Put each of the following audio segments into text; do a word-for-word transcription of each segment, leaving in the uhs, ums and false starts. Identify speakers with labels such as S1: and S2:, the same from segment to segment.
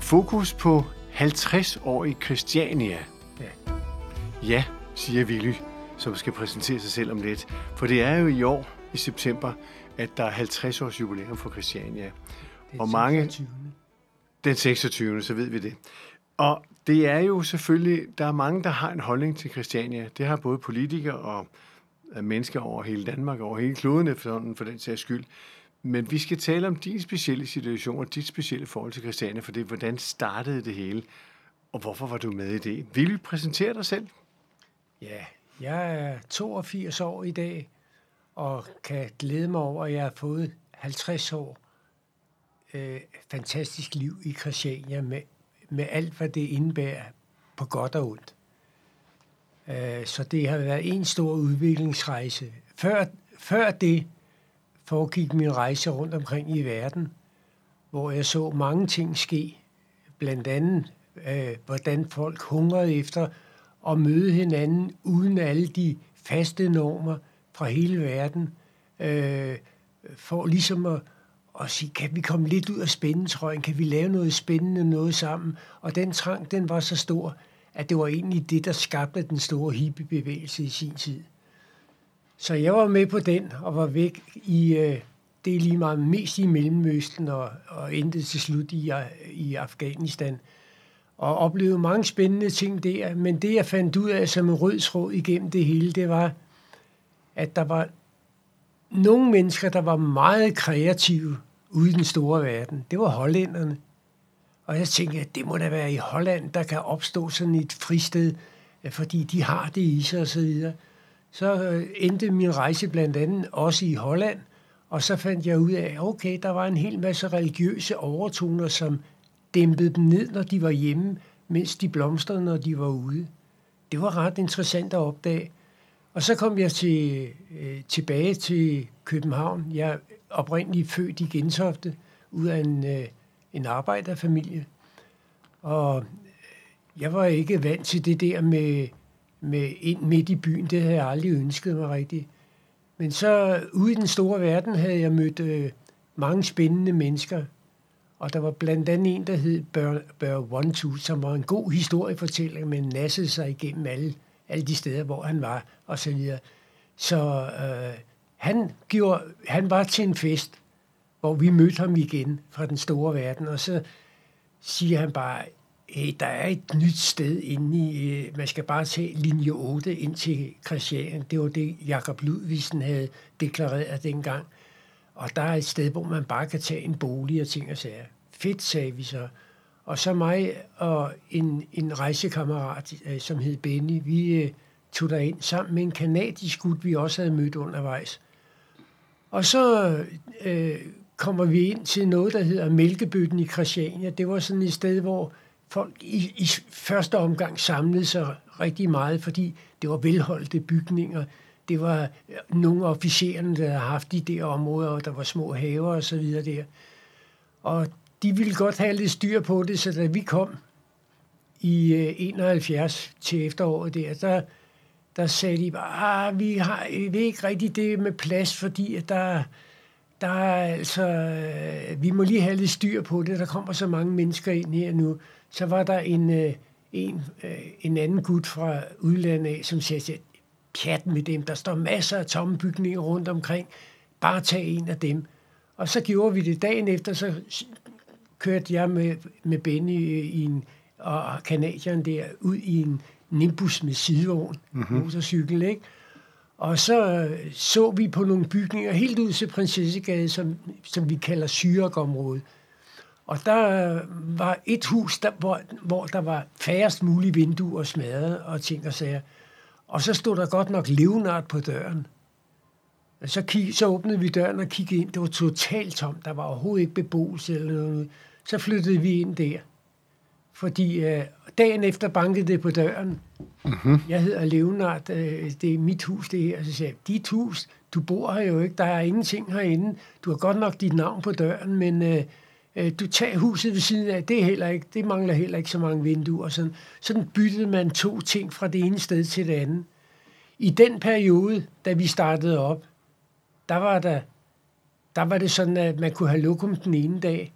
S1: Fokus på halvtreds år i Christiania.
S2: Ja.
S1: Ja, siger Willy, som skal præsentere sig selv om lidt. For det er jo i år, i september, at der er halvtreds års jubilæum for Christiania.
S2: Og mange...
S1: Den seksogtyvende så ved vi det. Og det er jo selvfølgelig, der er mange, der har en holdning til Christiania. Det har både politikere og mennesker over hele Danmark, over hele kloden efterhånden for den sags skyld. Men vi skal tale om din specielle situation og dit specielle forhold til Christiania, for det hvordan startede det hele, og hvorfor var du med i det? Vil du præsentere dig selv?
S2: Ja, jeg er toogfirs år i dag, og kan glæde mig over, at jeg har fået halvtreds år øh, fantastisk liv i Christiania, med, med alt, hvad det indebærer på godt og ondt. Øh, så det har været en stor udviklingsrejse. Før, før det foregik min rejse rundt omkring i verden, hvor jeg så mange ting ske, blandt andet, øh, hvordan folk hungrede efter at møde hinanden uden alle de faste normer fra hele verden, øh, for ligesom at, at sige, kan vi komme lidt ud af spændetrøjen, kan vi lave noget spændende, noget sammen, og den trang, den var så stor, at det var egentlig det, der skabte den store hippiebevægelse i sin tid. Så jeg var med på den, og var væk i, øh, det er lige meget mest i Mellemøsten, og, og endte til slut i, i Afghanistan. Og oplevede mange spændende ting der, men det jeg fandt ud af som en rød tråd igennem det hele, det var, at der var nogle mennesker, der var meget kreative ude i den store verden. Det var hollænderne. Og jeg tænkte, at det må da være i Holland, der kan opstå sådan et fristed, fordi de har det i sig og så videre. Så endte min rejse blandt andet også i Holland, og så fandt jeg ud af, okay, der var en hel masse religiøse overtoner, som dæmpede dem ned, når de var hjemme, mens de blomstrede, når de var ude. Det var ret interessant at opdage. Og så kom jeg til, øh, tilbage til København. Jeg er oprindeligt født i Gentofte, ud af en, øh, en arbejderfamilie. Og jeg var ikke vant til det der med, med ind midt i byen. Det havde jeg aldrig ønsket mig rigtigt. Men så ude i den store verden havde jeg mødt øh, mange spændende mennesker. Og der var blandt andet en, der hed Burr One Two, som var en god historiefortæller, men nassede sig igennem alle, alle de steder, hvor han var, og så videre. Så øh, han, gjorde, han var til en fest, hvor vi mødte ham igen fra den store verden, og så siger han bare, hey, der er et nyt sted inde i, øh, man skal bare tage linje otte ind til Christiania. Det var det, Jakob Ludvigsen havde deklareret dengang. Og der er et sted, hvor man bare kan tage en bolig og ting og sager. Fedt, sagde vi så. Og så mig og en, en rejsekammerat, øh, som hed Benny, vi øh, tog derind sammen med en kanadisk gut, vi også havde mødt undervejs. Og så øh, kommer vi ind til noget, der hedder Mælkebøtten i Christiania. Det var sådan et sted, hvor folk i, i første omgang samlede sig rigtig meget, fordi det var velholdte bygninger. Det var nogle af officererne, der havde haft de der områder, og der var små haver og så videre der. Og de ville godt have lidt styr på det, så da vi kom i enoghalvfjerds til efteråret der, der, der sagde de bare, ah, vi har vi ved ikke rigtig det med plads, fordi at der, der er altså, vi må lige have lidt styr på det, der kommer så mange mennesker ind her nu. Så var der en, en, en anden gut fra udlandet af, som sagde, pjat med dem, der står masser af tomme bygninger rundt omkring, bare tag en af dem. Og så gjorde vi det dagen efter, så kørte jeg med, med Benny i en, og kanadieren der ud i en Nimbus med sidevogn, mm-hmm. motorcykel, ikke? Og så så vi på nogle bygninger helt ud til Prinsessegade, som, som vi kalder Syrekområdet. Og der var et hus, der, hvor, hvor der var færrest mulige vinduer smadret og ting og sager. Og så stod der godt nok Leonard på døren. Og så, kig, så åbnede vi døren og kiggede ind. Det var totalt tomt. Der var overhovedet ikke beboelse eller noget. Så flyttede vi ind der. Fordi øh, dagen efter bankede det på døren. Mm-hmm. Jeg hedder Leonard. Øh, det er mit hus, det her. Så sagde jeg, dit hus? Du bor her jo ikke. Der er ingenting herinde. Du har godt nok dit navn på døren, men øh, øh, du tager huset ved siden af. Det, er heller ikke, det mangler heller ikke så mange vinduer. Sådan, sådan byttede man to ting fra det ene sted til det andet. I den periode, da vi startede op, der var, der, der var det sådan, at man kunne have lokum den ene dag,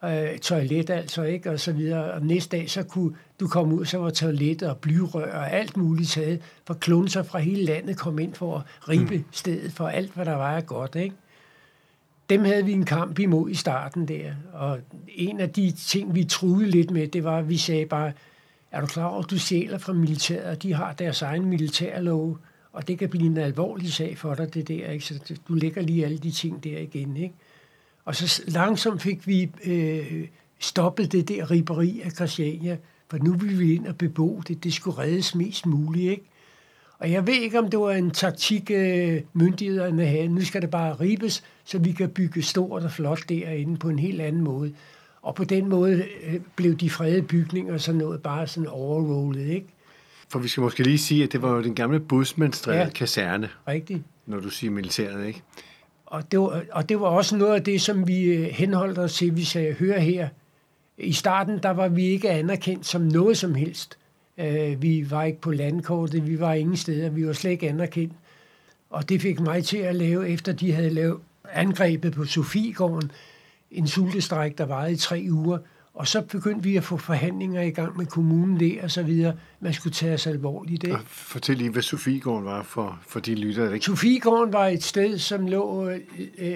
S2: øh, toilet altså, ikke, og så videre. Og næste dag, så kunne du komme ud, så var toilettet og blyrør og alt muligt taget, for klunser fra hele landet kom ind for at ribe mm. stedet for alt, hvad der var af godt, ikke? Dem havde vi en kamp imod i starten der, og en af de ting, vi truede lidt med, det var, at vi sagde bare, er du klar over, at du stjæler fra militæret, de har deres egen militærlove, og det kan blive en alvorlig sag for dig, det der, ikke? Så du lægger lige alle de ting der igen, ikke? Og så langsomt fik vi øh, stoppet det der riberi af Christiania, for nu ville vi ind og bebo det, det skulle reddes mest muligt, ikke? Og jeg ved ikke, om det var en taktik, øh, myndighederne havde. Nu skal det bare ribes, så vi kan bygge stort og flot derinde på en helt anden måde. Og på den måde øh, blev de fredede bygninger sådan noget bare sådan overrollet, ikke?
S1: For vi skal måske lige sige, at det var jo den gamle Bussmannsstræde
S2: Ja,
S1: kaserne,
S2: rigtigt.
S1: når du siger militæret, ikke?
S2: Og det, var, og det var også noget af det, som vi henholdt os til, vi sagde, hør her. I starten, der var vi ikke anerkendt som noget som helst. Uh, vi var ikke på landkortet, vi var ingen steder, vi var slet ikke anerkendt. Og det fik mig til at lave, efter de havde lavet angrebet på Sofiegården, en sultestræk, der varede i tre uger. Og så begyndte vi at få forhandlinger i gang med kommunen der og så videre. Man skulle tage os alvorligt. Ikke?
S1: Fortæl lige, hvad Sofiegården var for, for de lyttere. Ikke?
S2: Sofiegården var et sted, som lå øh,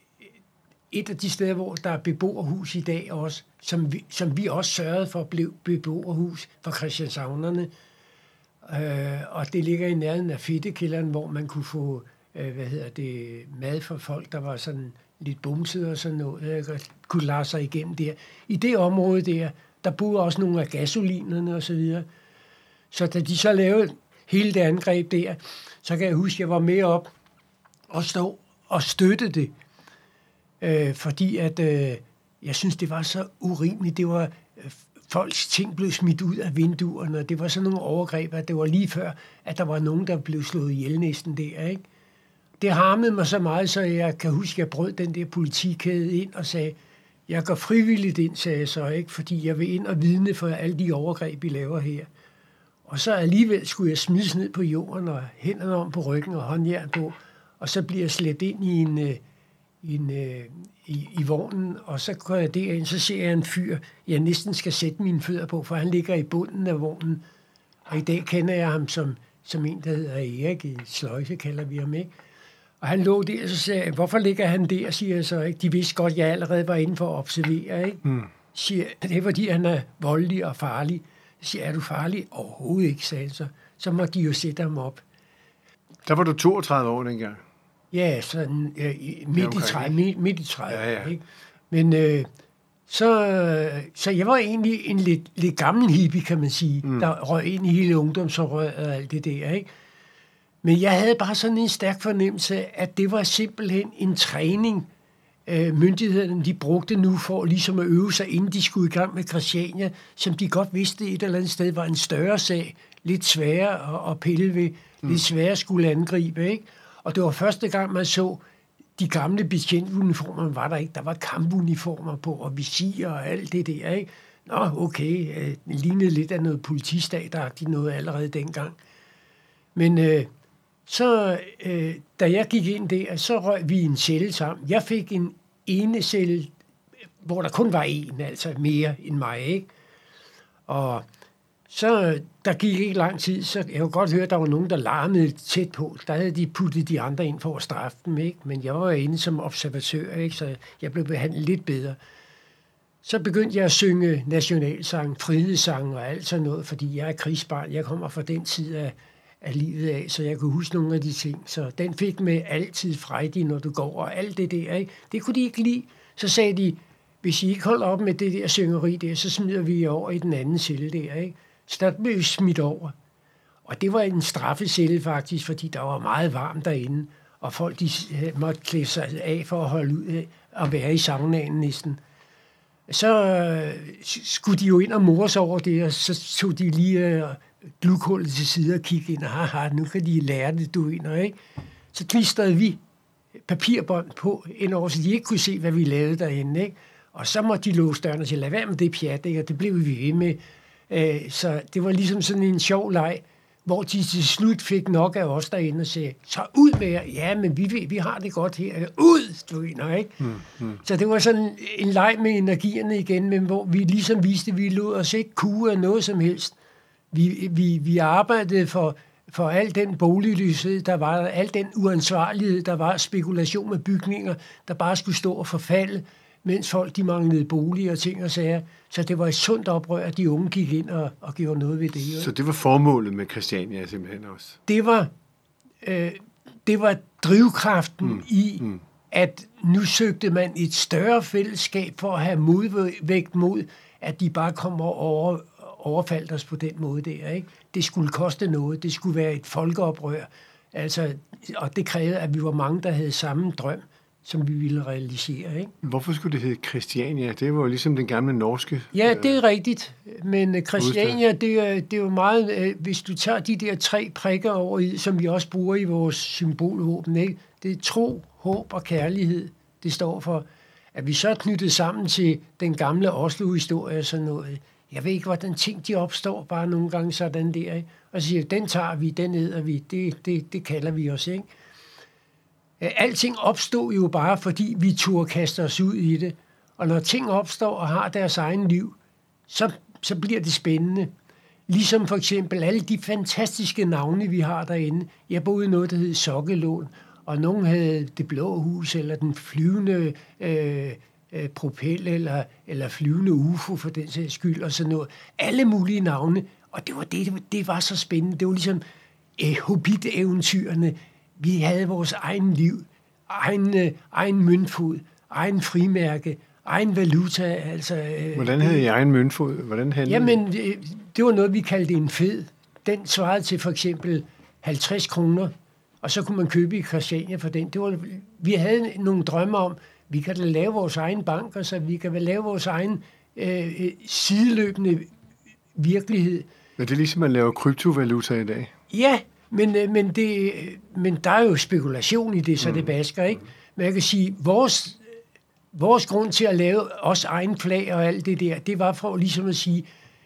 S2: et af de steder, hvor der er beboerhus i dag også, som vi, som vi også sørgede for blev beboerhus for Christianshavnerne. Øh, og det ligger i nærheden af Fedtekælderen, hvor man kunne få øh, hvad hedder det, mad for folk, der var sådan lidt bumset og sådan noget, og kunne lade sig igennem der. I det område der, der boede også nogle af gasolinerne og så videre. Så da de så lavede hele det angreb der, så kan jeg huske, at jeg var med op og stå og støtte det. Øh, fordi at øh, jeg synes, det var så urimeligt. Det var, øh, folks ting blev smidt ud af vinduerne, og det var sådan nogle overgreb, at det var lige før, at der var nogen, der blev slået ihjel næsten der, ikke? Det harmede mig så meget, så jeg kan huske, at jeg brød den der politikæde ind og sagde, jeg går frivilligt ind, sagde jeg så, ikke? Fordi jeg vil ind og vidne for alle de overgreb, vi laver her. Og så alligevel skulle jeg smides ned på jorden og hænderne om på ryggen og håndjern på, og så bliver jeg slæbt ind i en, i, en, i, i vognen, og så går jeg derind, så ser jeg en fyr, jeg næsten skal sætte mine fødder på, for han ligger i bunden af vognen. Og i dag kender jeg ham som, som en, der hedder Erik, i Sløjfe kalder vi ham, ikke? Og han lå der, og så sagde jeg, hvorfor ligger han der, siger jeg så, ikke? De vidste godt, at jeg allerede var inde for at observere, ikke? Mm. Siger, det er, fordi han er voldelig og farlig. Jeg siger, er du farlig? Overhovedet ikke, sagde han så. Så må de jo sætte ham op.
S1: Der var du toogtredive år dengang?
S2: Ja, sådan ja, midt, i tredive, midt, midt i tredive. Ja, ja. Ikke? Men øh, så, så jeg var egentlig en lidt, lidt gammel hippie, kan man sige, mm. der røg ind i hele ungdomsoprøret og alt det der, ikke? Men jeg havde bare sådan en stærk fornemmelse, at det var simpelthen en træning, øh, myndighederne de brugte nu for ligesom at øve sig, inden de skulle i gang med Christiania, som de godt vidste et eller andet sted var en større sag, lidt sværere at, at pille ved, mm. lidt sværere skulle angribe, ikke? Og det var første gang, man så de gamle betjentuniformer, var der ikke. Der var kampuniformer på, og visir og alt det der, ikke? Nå, okay, øh, det lignede lidt af noget politistatagtigt noget allerede dengang. Men øh, så, øh, da jeg gik ind der, så røg vi en celle sammen. Jeg fik en ene celle, hvor der kun var en, altså mere end mig, ikke? Og så, der gik ikke lang tid, så jeg kunne godt høre, at der var nogen, der larmede tæt på. Der havde de puttet de andre ind for at straffe dem, ikke? Men jeg var inde som observatør, ikke? Så jeg blev behandlet lidt bedre. Så begyndte jeg at synge nationalsang, frihedssang og alt sådan noget, fordi jeg er krigsbarn. Jeg kommer fra den tid af, af livet af, så jeg kunne huske nogle af de ting. Så den fik med altid frejdig, når du går, og alt det der, ikke? Det kunne de ikke lide. Så sagde de, hvis I ikke holder op med det der syngeri der, så smider vi over i den anden celle der, ikke? Så der blev smidt over. Og det var en straffecelle faktisk, fordi der var meget varmt derinde, og folk de måtte klæde sig af for at holde ud af at være i saunaen næsten. Så øh, skulle de jo ind og mores over det, og så tog de lige øh, glukhullet til side og kiggede ind, og haha, nu kan de lære det, du ind, ikke? Så klistrede vi papirbånd på indover, så de ikke kunne se, hvad vi lavede derinde, ikke? Og så måtte de låse døren og sige, lad være med det pjat, ikke? Og det blev vi ved med. Så det var ligesom sådan en sjov leg, hvor de til slut fik nok af os derinde og sagde, så ud med jer. Ja, men vi, vi har det godt her. Ud, du ved, ikke? Mm, mm. Så det var sådan en leg med energierne igen, men hvor vi ligesom viste, at vi lod os ikke kue af noget som helst. Vi, vi, vi arbejdede for, for al den boligløshed, der var, al den uansvarlighed, der var, spekulation med bygninger, der bare skulle stå og forfalde, mens folk de manglede boliger og ting og sager. Så det var et sundt oprør, at de unge gik ind og, og gjorde noget ved det.
S1: Så det var formålet med Christiania simpelthen også?
S2: Det var, øh, det var drivkraften mm. i, mm. at nu søgte man et større fællesskab for at have modvægt mod, at de bare kom og over, overfaldt os på den måde der. Ikke? Det skulle koste noget. Det skulle være et folkeoprør. Altså, og det krævede, at vi var mange, der havde samme drøm, som vi ville realisere. Ikke?
S1: Hvorfor skulle det hedde Christiania? Det var jo ligesom den gamle norske...
S2: Ja, det er rigtigt. Men Christiania, det er, det er jo meget... Hvis du tager de der tre prikker over i, som vi også bruger i vores symbolvåben, ikke? Det er tro, håb og kærlighed, det står for. At vi så er knyttet sammen til den gamle Oslo-historie og sådan noget. Jeg ved ikke, hvordan ting de opstår, bare nogle gange sådan der. Ikke? Og så siger den tager vi, den æder vi, det, det, det kalder vi os, ikke? Alting opstod jo bare, fordi vi turde kaste os ud i det. Og når ting opstår og har deres egen liv, så, så bliver det spændende. Ligesom for eksempel alle de fantastiske navne, vi har derinde. Jeg boede i noget, der hed Sokkelån, og nogen havde Det Blå Hus, eller Den Flyvende øh, øh, Propel, eller, eller Flyvende U F O for den sags skyld, og sådan noget. Alle mulige navne, og det var, det, det var så spændende. Det var ligesom øh, Hobbit-eventyrene. Vi havde vores egen liv, egen, øh, egen møntfod, egen frimærke, egen valuta. Altså, øh,
S1: Hvordan havde I egen møntfod? Hvordan handlede
S2: Jamen, øh, det var noget, vi kaldte en fed. Den svarede til for eksempel halvtreds kroner, og så kunne man købe i Christiania for den. Det var, vi havde nogle drømme om, vi kan da lave vores egen bank, og så vi kan vel lave vores egen øh, sideløbende virkelighed.
S1: Men det er ligesom, man laver kryptovaluta i dag.
S2: Ja, Men, men, det, men der er jo spekulation i det, så det basker, ikke? Men jeg kan sige, vores, vores grund til at lave os egen flag og alt det der, det var for ligesom at sige,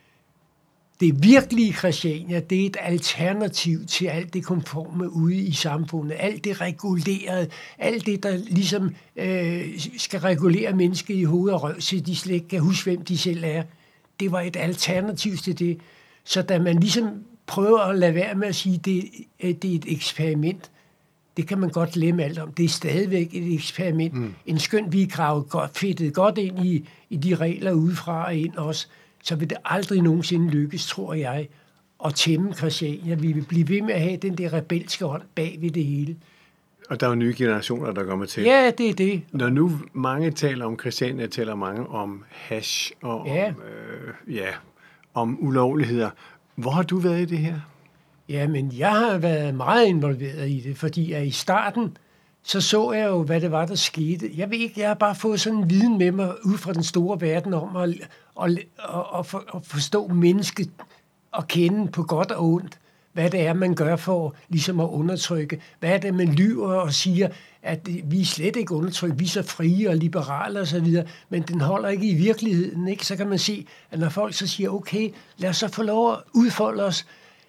S2: det virkelige Christiania, det er et alternativ til alt det konforme ude i samfundet. Alt det regulerede, alt det, der ligesom øh, skal regulere mennesket i hoved og røv, så de slet ikke kan huske, hvem de selv er. Det var et alternativ til det. Så da man ligesom prøver at lade være med at sige, at det, det er et eksperiment, det kan man godt glemme alt om. Det er stadigvæk et eksperiment. Mm. En skønt vi er gravet godt, fedtet godt ind i, i de regler udefra og ind også, så vil det aldrig nogensinde lykkes, tror jeg, at tæmme Christiania. Vi vil blive ved med at have den der rebelske hånd bag ved det hele.
S1: Og der er jo nye generationer, der kommer til.
S2: Ja, det er det.
S1: Når nu mange taler om Christiania, taler mange om hash og
S2: ja.
S1: om, øh, ja, om ulovligheder. Hvor har du været i det her?
S2: Jamen, jeg har været meget involveret i det, fordi at i starten, så så jeg jo, hvad det var, der skete. Jeg ved ikke, jeg har bare fået sådan en viden med mig ud fra den store verden om at, at, at, at, for, at forstå mennesket og kende på godt og ondt, hvad det er, man gør for ligesom at undertrykke. Hvad er det, man lyver og siger, at vi er slet ikke undertrykt, vi er så frie og liberale og så videre, men den holder ikke i virkeligheden, ikke? Så kan man se, at når folk så siger, okay, lad os så få lov at udfolde os,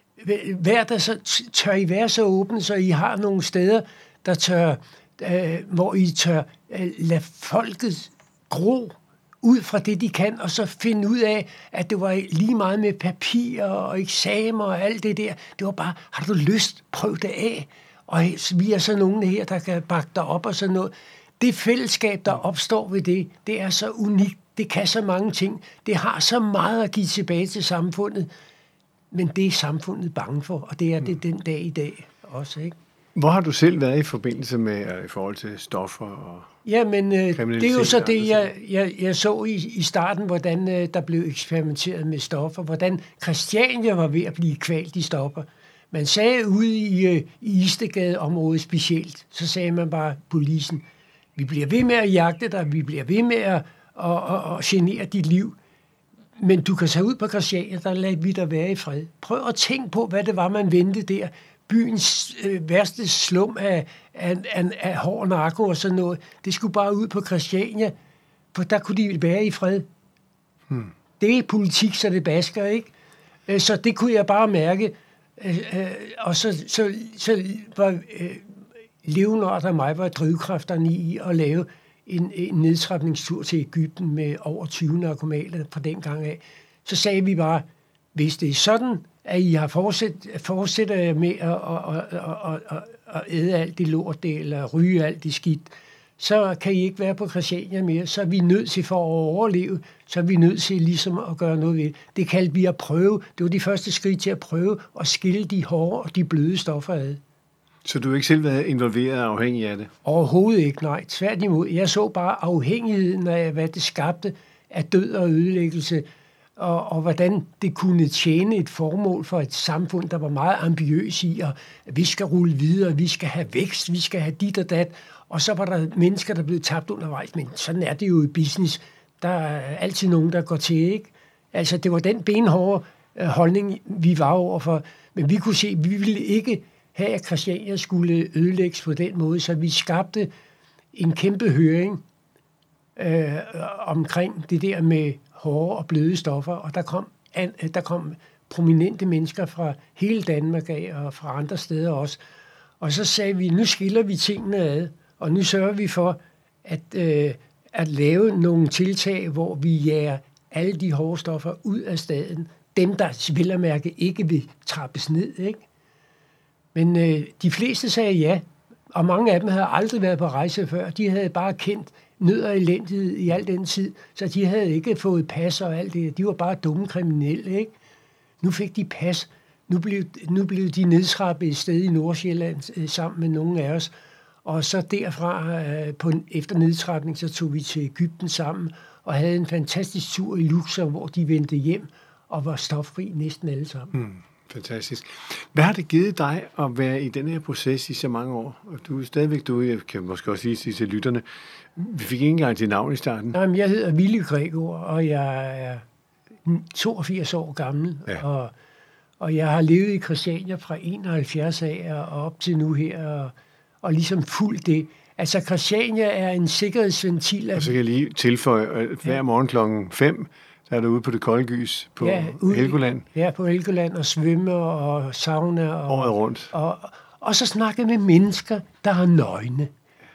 S2: hver der så tør I være så åbne, så I har nogle steder, der tør, øh, hvor I tør øh, lade folket gro ud fra det, de kan, og så finde ud af, at det var lige meget med papir og eksamener og alt det der. Det var bare, har du lyst, prøv det af. Og vi er så nogle her, der kan bakke dig op og sådan noget. Det fællesskab, der opstår ved det, det er så unikt. Det kan så mange ting. Det har så meget at give tilbage til samfundet. Men det er samfundet bange for, og det er det den dag i dag også, ikke?
S1: Hvor har du selv været i forbindelse med, i forhold til stoffer og
S2: ja, men øh, det er jo så det, jeg, jeg, jeg så i, i starten, hvordan øh, der blev eksperimenteret med stoffer, hvordan Christiania var ved at blive kvalt i stoffer. Man sagde ude i, øh, i Istegade-området specielt, så sagde man bare polisen, vi bliver ved med at jagte dig, vi bliver ved med at, at, at, at genere dit liv, men du kan tage ud på Christiania, der lader vi dig være i fred. Prøv at tænke på, hvad det var, man ventede der. Byens øh, værste slum af, af, af, af hård narko og sådan noget. Det skulle bare ud på Christiania, for der kunne de være i fred. Hmm. Det er politik, så det basker, ikke? Så det kunne jeg bare mærke. Øh, øh, og så, så, så var øh, Leonard og mig var drivkræfterne i at lave en, en nedtrapningstur til Egypten med over tyve narkomaner fra den gang af. Så sagde vi bare, hvis det er sådan, at I har fortsat, fortsætter med at, at, at, at, at æde alt det lort, eller ryge alt det skidt, så kan I ikke være på Christiania mere. Så er vi nødt til, for at overleve, så er vi nødt til ligesom at gøre noget ved det. Det kaldte vi at prøve. Det var de første skridt til at prøve at skille de hårde og de bløde stoffer ad.
S1: Så du har ikke selv været involveret og afhængig af det?
S2: Overhovedet ikke, nej. Tværtimod. Jeg så bare afhængigheden af, hvad det skabte af død og ødelæggelse, og, og hvordan det kunne tjene et formål for et samfund, der var meget ambitiøs i, at vi skal rulle videre, vi skal have vækst, vi skal have dit og dat, og så var der mennesker, der blev tabt undervejs, men sådan er det jo i business. Der er altid nogen, der går til, ikke? Altså, det var den benhårde holdning, vi var overfor, men vi kunne se, at vi ville ikke have, at Christiania skulle ødelægges på den måde, så vi skabte en kæmpe høring øh, omkring det der med hårde og bløde stoffer, og der kom, an, der kom prominente mennesker fra hele Danmark af, og fra andre steder også. Og så sagde vi, nu skiller vi tingene ad, og nu sørger vi for at, øh, at lave nogle tiltag, hvor vi jager alle de hårde stoffer ud af staden. Dem, der vil at mærke ikke vil trappes ned, ikke? Men øh, de fleste sagde ja, og mange af dem havde aldrig været på rejse før. De havde bare kendt nød og elendighed i al den tid, så de havde ikke fået pas og alt det. De var bare dumme kriminelle, ikke? Nu fik de pas. Nu blev, nu blev de nedtrappet et sted i Nordsjælland øh, sammen med nogle af os. Og så derfra, øh, på, efter nedtrapning, så tog vi til Egypten sammen og havde en fantastisk tur i Luxor, hvor de vendte hjem og var stoffri næsten alle sammen.
S1: Mm. Fantastisk. Hvad har det givet dig at være i den her proces i så mange år? Du er stadigvæk, du jeg kan måske også sige til lytterne, vi fik ikke engang til navn i starten.
S2: Jamen, jeg hedder Willy Gregor, og jeg er toogfirs år gammel, ja. og, og jeg har levet i Christiania fra enoghalvfjerds af og op til nu her, og, og ligesom fuldt det. Altså, Christiania er en sikkerhedsventil.
S1: Og så kan jeg lige tilføje, at hver ja. morgen klokken fem, der er du ude på det kolde gys på ja, Helgoland.
S2: Ja, på Helgoland og svømme og sauna. Og,
S1: året rundt.
S2: Og, og så snakke med mennesker, der har nøgne.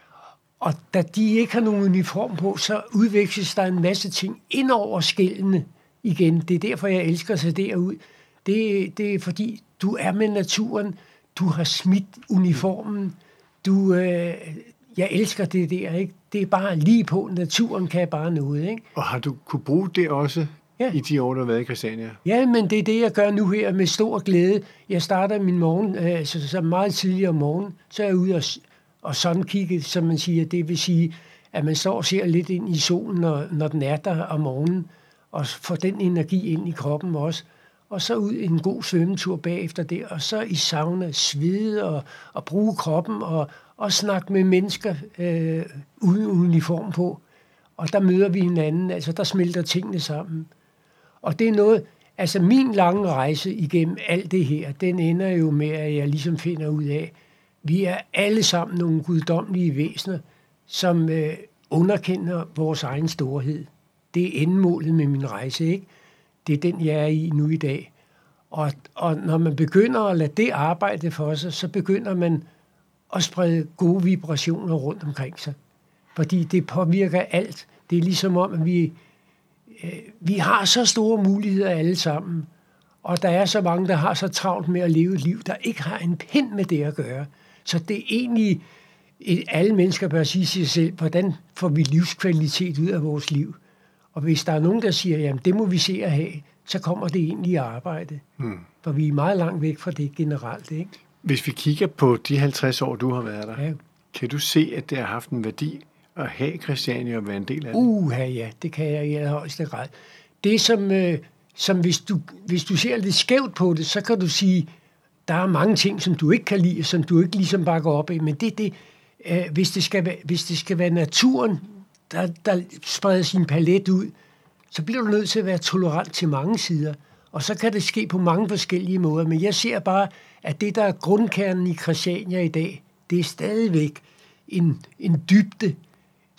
S2: Og da de ikke har nogen uniform på, så udveksles der en masse ting ind over skældene igen. Det er derfor, jeg elsker at se derud. Det, det er fordi, du er med naturen. Du har smidt uniformen. Du, øh, jeg elsker det der, ikke? Det er bare lige på. Naturen kan bare noget, ikke?
S1: Og har du kunne bruge det også
S2: ja.
S1: i de år, du har været i Christiania?
S2: Ja, men det er det, jeg gør nu her med stor glæde. Jeg starter min morgen, øh, så, så meget tidligere om morgenen, så er jeg ude og, og sådan kigge, som man siger. Det vil sige, at man står og ser lidt ind i solen, når, når den er der om morgenen, og får den energi ind i kroppen også. Og så ud en god svømmetur bagefter det, og så i sauna svede og, og bruge kroppen og, og snakke med mennesker øh, uden uniform på. Og der møder vi hinanden, altså der smelter tingene sammen. Og det er noget, altså min lange rejse igennem alt det her, den ender jo med, at jeg ligesom finder ud af, vi er alle sammen nogle guddommelige væsener, som øh, underkender vores egen storhed. Det er endemålet med min rejse, ikke? Det er den, jeg er i nu i dag. Og, og når man begynder at lade det arbejde for sig, så begynder man at sprede gode vibrationer rundt omkring sig. Fordi det påvirker alt. Det er ligesom om, at vi, øh, vi har så store muligheder alle sammen. Og der er så mange, der har så travlt med at leve et liv, der ikke har en pind med det at gøre. Så det er egentlig, alle mennesker bør sige sig selv, hvordan får vi livskvalitet ud af vores liv? Og hvis der er nogen, der siger, jamen det må vi se at have, så kommer det egentlig at arbejde. Hmm. For vi er meget langt væk fra det generelt, ikke?
S1: Hvis vi kigger på de halvtreds år, du har været der, ja. Kan du se, at det har haft en værdi at have Christiania og være en del af det?
S2: Uha, ja, det kan jeg i allerhøjeste grad. Det som, øh, som hvis, du, hvis du ser lidt skævt på det, så kan du sige, der er mange ting, som du ikke kan lide, som du ikke ligesom bare går op i, men det det, øh, hvis, det skal være, hvis det skal være naturen, der, der spreder sin palet ud, så bliver du nødt til at være tolerant til mange sider. Og så kan det ske på mange forskellige måder. Men jeg ser bare, at det, der er grundkernen i Christiania i dag, det er stadigvæk en, en dybde,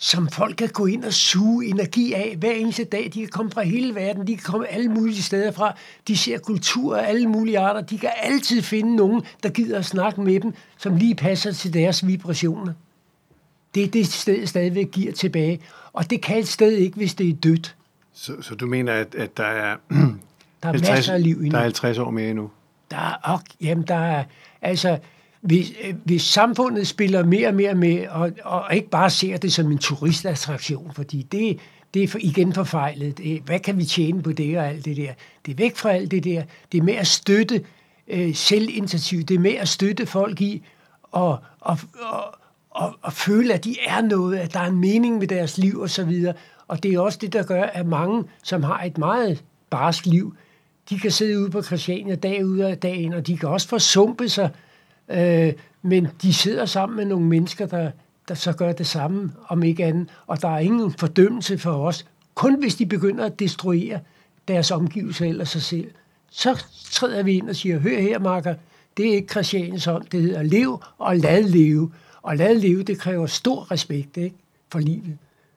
S2: som folk kan gå ind og suge energi af hver eneste dag. De kan komme fra hele verden, de kan komme alle mulige steder fra. De ser kultur af alle mulige arter. De kan altid finde nogen, der gider at snakke med dem, som lige passer til deres vibrationer. Det er det sted, stadigvæk giver tilbage. Og det kan et sted ikke, hvis det er dødt.
S1: Så, så du mener, at, at der er...
S2: Der er halvtreds, masser af liv endnu.
S1: Der er halvtreds år mere endnu?
S2: Der er, og, jamen, der er... Altså, hvis, hvis samfundet spiller mere og mere med, og, og ikke bare ser det som en turistattraktion, fordi det, det er for, igen forfejlet. Det, hvad kan vi tjene på det og alt det der? Det er væk fra alt det der. Det er med at støtte øh, selvinitiativ. Det er med at støtte folk i og, og, og, og, og føle, at de er noget, at der er en mening med deres liv og så videre. Og det er også det, der gør, at mange, som har et meget barsk liv, de kan sidde ude på Christiania dag ud af dagen, og de kan også forsumpe sig, øh, men de sidder sammen med nogle mennesker, der, der så gør det samme, om ikke andet. Og der er ingen fordømmelse for os. Kun hvis de begynder at destruere deres omgivelser eller sig selv, så træder vi ind og siger, hør her, makker, det er ikke Christianias ånd, det hedder lev og lad leve. Og lad leve, det kræver stor respekt, ikke, for livet.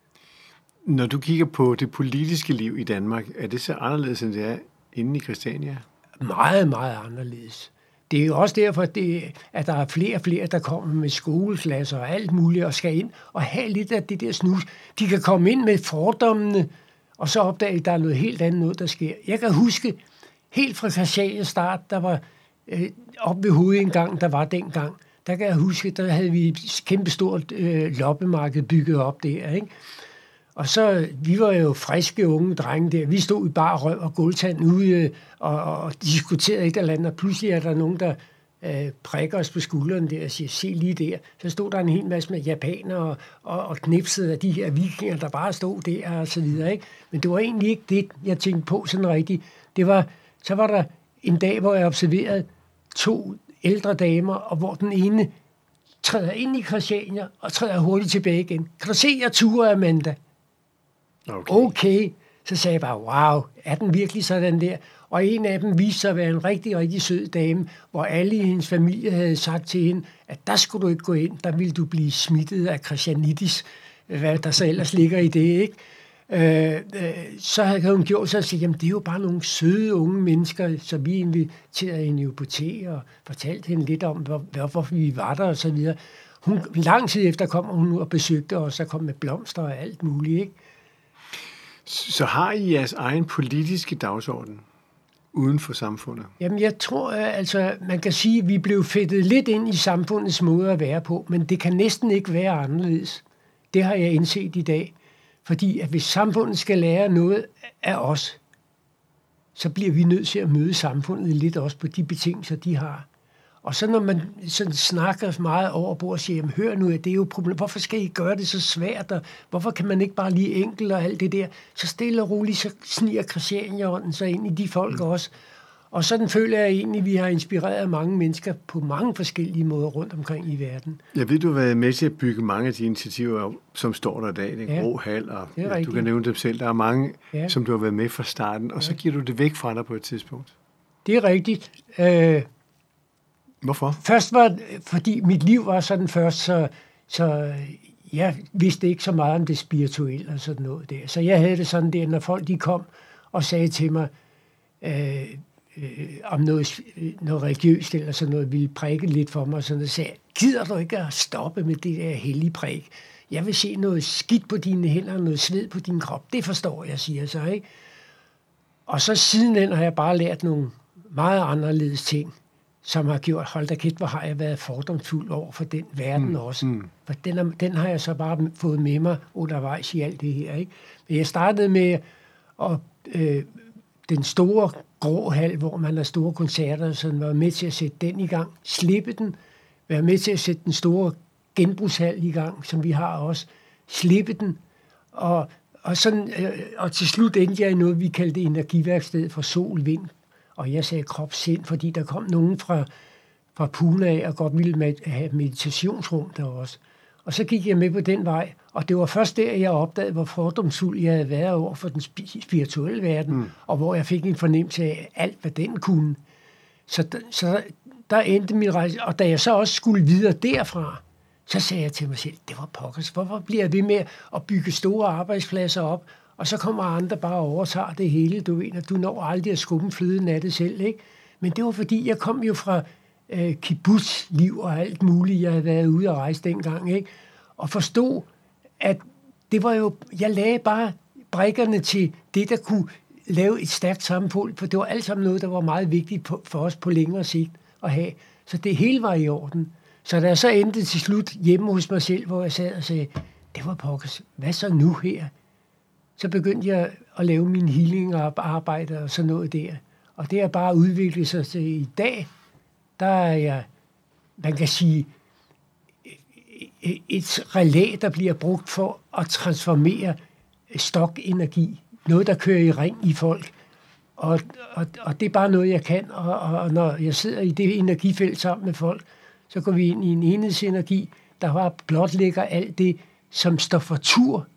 S1: Når du kigger på det politiske liv i Danmark, er det så anderledes, end det er inde i Christiania?
S2: Meget, meget anderledes. Det er jo også derfor, det, at der er flere og flere, der kommer med skoleklasser og alt muligt, og skal ind og have lidt af det der snus. De kan komme ind med fordommene, og så opdage, at der er noget helt andet noget, der sker. Jeg kan huske, helt fra Christianias start, der var øh, op ved hovedindgangen, der var dengang, der kan jeg huske, der havde vi et kæmpestort øh, loppemarked bygget op der, ikke? Og så, vi var jo friske unge drenge der. Vi stod i bare røv og gulvtand ude og, og diskuterede et eller andet, og pludselig er der nogen, der øh, prikker os på skulderen der og siger, se lige der. Så stod der en hel masse med japanere og, og, og knipsede af de her vikinger, der bare stod der og så videre, ikke? Men det var egentlig ikke det, jeg tænkte på sådan rigtigt. Det var, så var der en dag, hvor jeg observerede to ældre damer, og hvor den ene træder ind i Christiania og træder hurtigt tilbage igen. Kan du se, jeg turer, Amanda? Okay. okay. Så sagde jeg bare, wow, er den virkelig sådan der? Og en af dem viste sig at være en rigtig, rigtig sød dame, hvor alle i hendes familie havde sagt til hende, at der skulle du ikke gå ind, der ville du blive smittet af christianitis, hvad der så ellers ligger i det, ikke? Øh, øh, så havde hun gjort sig og sagt, jamen det er jo bare nogle søde unge mennesker, så vi inviterede hende jo på te og fortalte hende lidt om, hvor, hvorfor vi var der og så videre. Hun, lang tid efter kom hun nu og besøgte os og kom med blomster og alt muligt, ikke?
S1: Så har I jeres egen politiske dagsorden uden for samfundet?
S2: Jamen, jeg tror, altså, man kan sige, at vi blev fedtet lidt ind i samfundets måde at være på, men det kan næsten ikke være anderledes. Det har jeg indset i dag. Fordi at hvis samfundet skal lære noget af os, så bliver vi nødt til at møde samfundet lidt også på de betingelser, de har. Og så når man sådan snakker meget over på og siger, jamen hør nu, det er jo et problem. Hvorfor skal I gøre det så svært? Og hvorfor kan man ikke bare lige enkelt og alt det der? Så stille og roligt, så sniger Christiania-ånden sig ind i de folk mm. også. Og sådan føler jeg egentlig, at vi har inspireret mange mennesker på mange forskellige måder rundt omkring i verden.
S1: Jeg ved, du har været med til at bygge mange af de initiativer, som står der i dag. Det er ja, Grå Hal, og ja, du kan nævne dem selv. Der er mange, ja. som du har været med fra starten, og ja. så giver du det væk fra dig på et tidspunkt.
S2: Det er rigtigt. Øh,
S1: Hvorfor?
S2: Først var, fordi mit liv var sådan først, så, så jeg vidste ikke så meget om det spirituelle og sådan noget der. Så jeg havde det sådan der, når folk de kom og sagde til mig, øh, øh, om noget, noget religiøst eller sådan noget, ville prække lidt for mig, og sådan noget, sagde, gider du ikke at stoppe med det der hellige præg? Jeg vil se noget skidt på dine hænder, noget sved på din krop. Det forstår jeg, siger så, ikke? Og så sidenhen har jeg bare lært nogle meget anderledes ting, som har gjort, hold da kæft, hvor har jeg været fordomsfuld over for den verden mm, også. Mm. For den, er, den har jeg så bare fået med mig undervejs i alt det her, ikke? Men jeg startede med at, øh, den store Grå Hal, hvor man har store koncerter, så var med til at sætte den i gang, slippe den, være med til at sætte den store genbrugshal i gang, som vi har også, slippe den, og, og, sådan, øh, og til slut endte jeg i noget, vi kaldte energiværksted for sol, vind, og jeg sagde krop, sind, fordi der kom nogen fra, fra Puna af og godt ville med, have meditationsrum der også. Og så gik jeg med på den vej, og det var først der, jeg opdagede, hvor fordomsfuld jeg havde været over for den spirituelle verden, mm. og hvor jeg fik en fornemmelse af alt, hvad den kunne. Så, så der endte min rejse, og da jeg så også skulle videre derfra, Så sagde jeg til mig selv, det var pokkers. Hvorfor bliver jeg ved med at bygge store arbejdspladser op, og så kommer andre bare og overtager det hele, du ved, og du når aldrig at skubbe fløden af det selv, ikke? Men det var fordi, jeg kom jo fra øh, kibbutz-liv og alt muligt, jeg havde været ude og rejse dengang, ikke? Og forstod, at det var jo, jeg lagde bare brikkerne til det, der kunne lave et stærkt samfund, for det var alt sammen noget, der var meget vigtigt på, for os på længere sigt at have. Så det hele var i orden. Så da jeg så endte til slut hjemme hos mig selv, hvor jeg sad og sagde, det var pokkers, hvad så nu her? Så begyndte jeg at lave min healing og arbejde og sådan noget der. Og det har bare udviklet sig til i dag, der er jeg, man kan sige, et relæ, der bliver brugt for at transformere stokenergi. Noget, der kører i ring i folk. Og, og, og det er bare noget, jeg kan. Og, og når jeg sidder i det energifelt sammen med folk, så går vi ind i en enhedsenergi, der bare blotlægger alt det, som står for tur.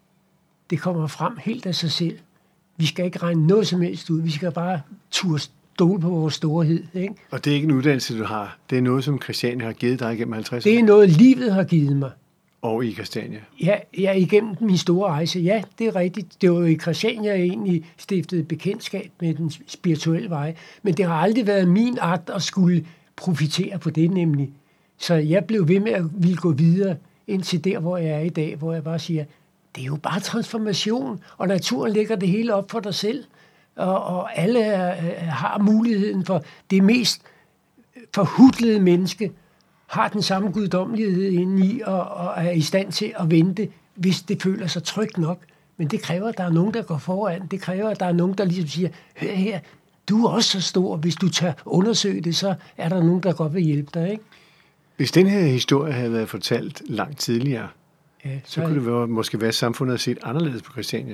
S2: Det kommer frem helt af sig selv. Vi skal ikke regne noget som helst ud. Vi skal bare turde stole på vores storhed. Ikke?
S1: Og det er ikke en uddannelse, du har. Det er noget, som Christiania har givet dig gennem halvtreds år.
S2: Det er noget, livet har givet mig.
S1: Og i Christiania.
S2: Ja, ja, igennem min store rejse. Ja, det er rigtigt. Det var jo i Christiania, jeg egentlig stiftede bekendtskab med den spirituelle vej. Men det har aldrig været min art at skulle profitere på det, nemlig. Så jeg blev ved med at ville gå videre indtil der, hvor jeg er i dag, hvor jeg bare siger, det er jo bare transformation, og naturen lægger det hele op for dig selv, og, og alle er, har muligheden for det mest forhudlede menneske, har den samme guddommelighed indeni, og, og er i stand til at vente, hvis det føler sig trygt nok. Men det kræver, at der er nogen, der går foran. Det kræver, at der er nogen, der ligesom siger, hør her, du er også så stor. Hvis du tør undersøge det, så er der nogen, der godt vil hjælpe dig, ikke?
S1: Hvis den her historie havde været fortalt langt tidligere, ja, så, så kunne det være, måske være, at samfundet havde set anderledes på Christiania.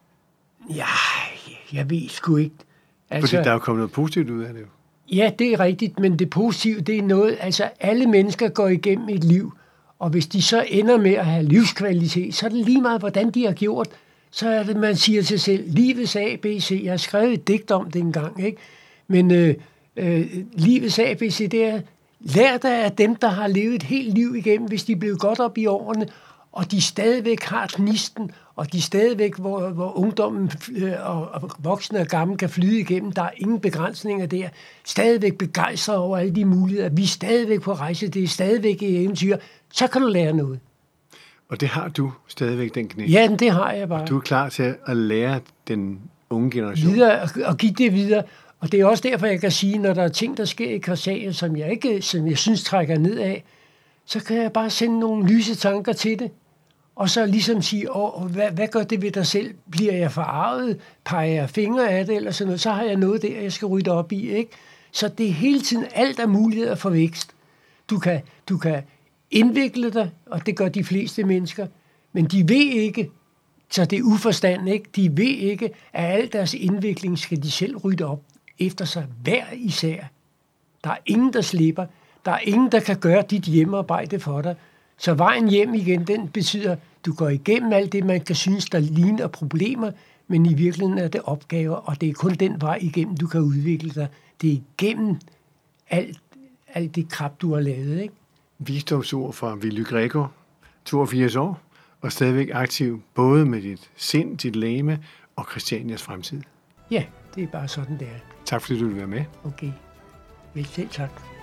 S2: Ja, jeg ved sgu ikke.
S1: Altså, fordi der er jo kommet noget positivt ud af det jo.
S2: Ja, det er rigtigt, men det positive, det er noget, altså alle mennesker går igennem et liv, og hvis de så ender med at have livskvalitet, så er det lige meget, hvordan de har gjort. Så er det, man siger til sig selv, livets A B C, jeg har skrevet et digt om det engang, ikke? Men øh, øh, livets A B C, det er, lær dig af dem, der har levet et helt liv igennem, hvis de er blevet godt op i årene, og de stadigvæk har gnisten, og de stadigvæk, hvor, hvor ungdommen øh, og, og voksne og gamle kan flyde igennem, der er ingen begrænsninger der, stadigvæk begejstret over alle de muligheder, vi er stadigvæk på rejse, det er stadigvæk et eventyr, så kan du lære noget.
S1: Og det har du stadigvæk, den gnist?
S2: Ja, det har jeg bare.
S1: Og du er klar til at lære den unge generation?
S2: Videre, og, og give det videre. Og det er også derfor, jeg kan sige, når der er ting, der sker i Christiania, som jeg ikke, som jeg synes trækker nedad, så kan jeg bare sende nogle lyse tanker til det. Og så ligesom sige, åh, hvad, hvad gør det ved dig selv? Bliver jeg forarvet? Peger jeg fingre af det? Eller sådan noget? Så har jeg noget der, jeg skal rydde op i. Ikke? Så det er hele tiden alt af muligheder for vækst. Du kan, du kan indvikle dig, og det gør de fleste mennesker. Men de ved ikke, så det er uforstand, ikke? De ved ikke, at al deres indvikling skal de selv rydde op efter sig hver især. Der er ingen, der slipper. Der er ingen, der kan gøre dit hjemmearbejde for dig. Så vejen hjem igen, den betyder, at du går igennem alt det, man kan synes, der ligner problemer, men i virkeligheden er det opgaver, og det er kun den vej igennem, du kan udvikle dig. Det er igennem alt, alt det krab, du har lavet, ikke?
S1: Visdomsord fra Willy Greco, toogfirs år, og stadigvæk aktiv både med dit sind, dit legeme og Christianias fremtid.
S2: Ja, det er bare sådan, det er.
S1: Tak fordi du ville være med.
S2: Okay. Vel, selv tak.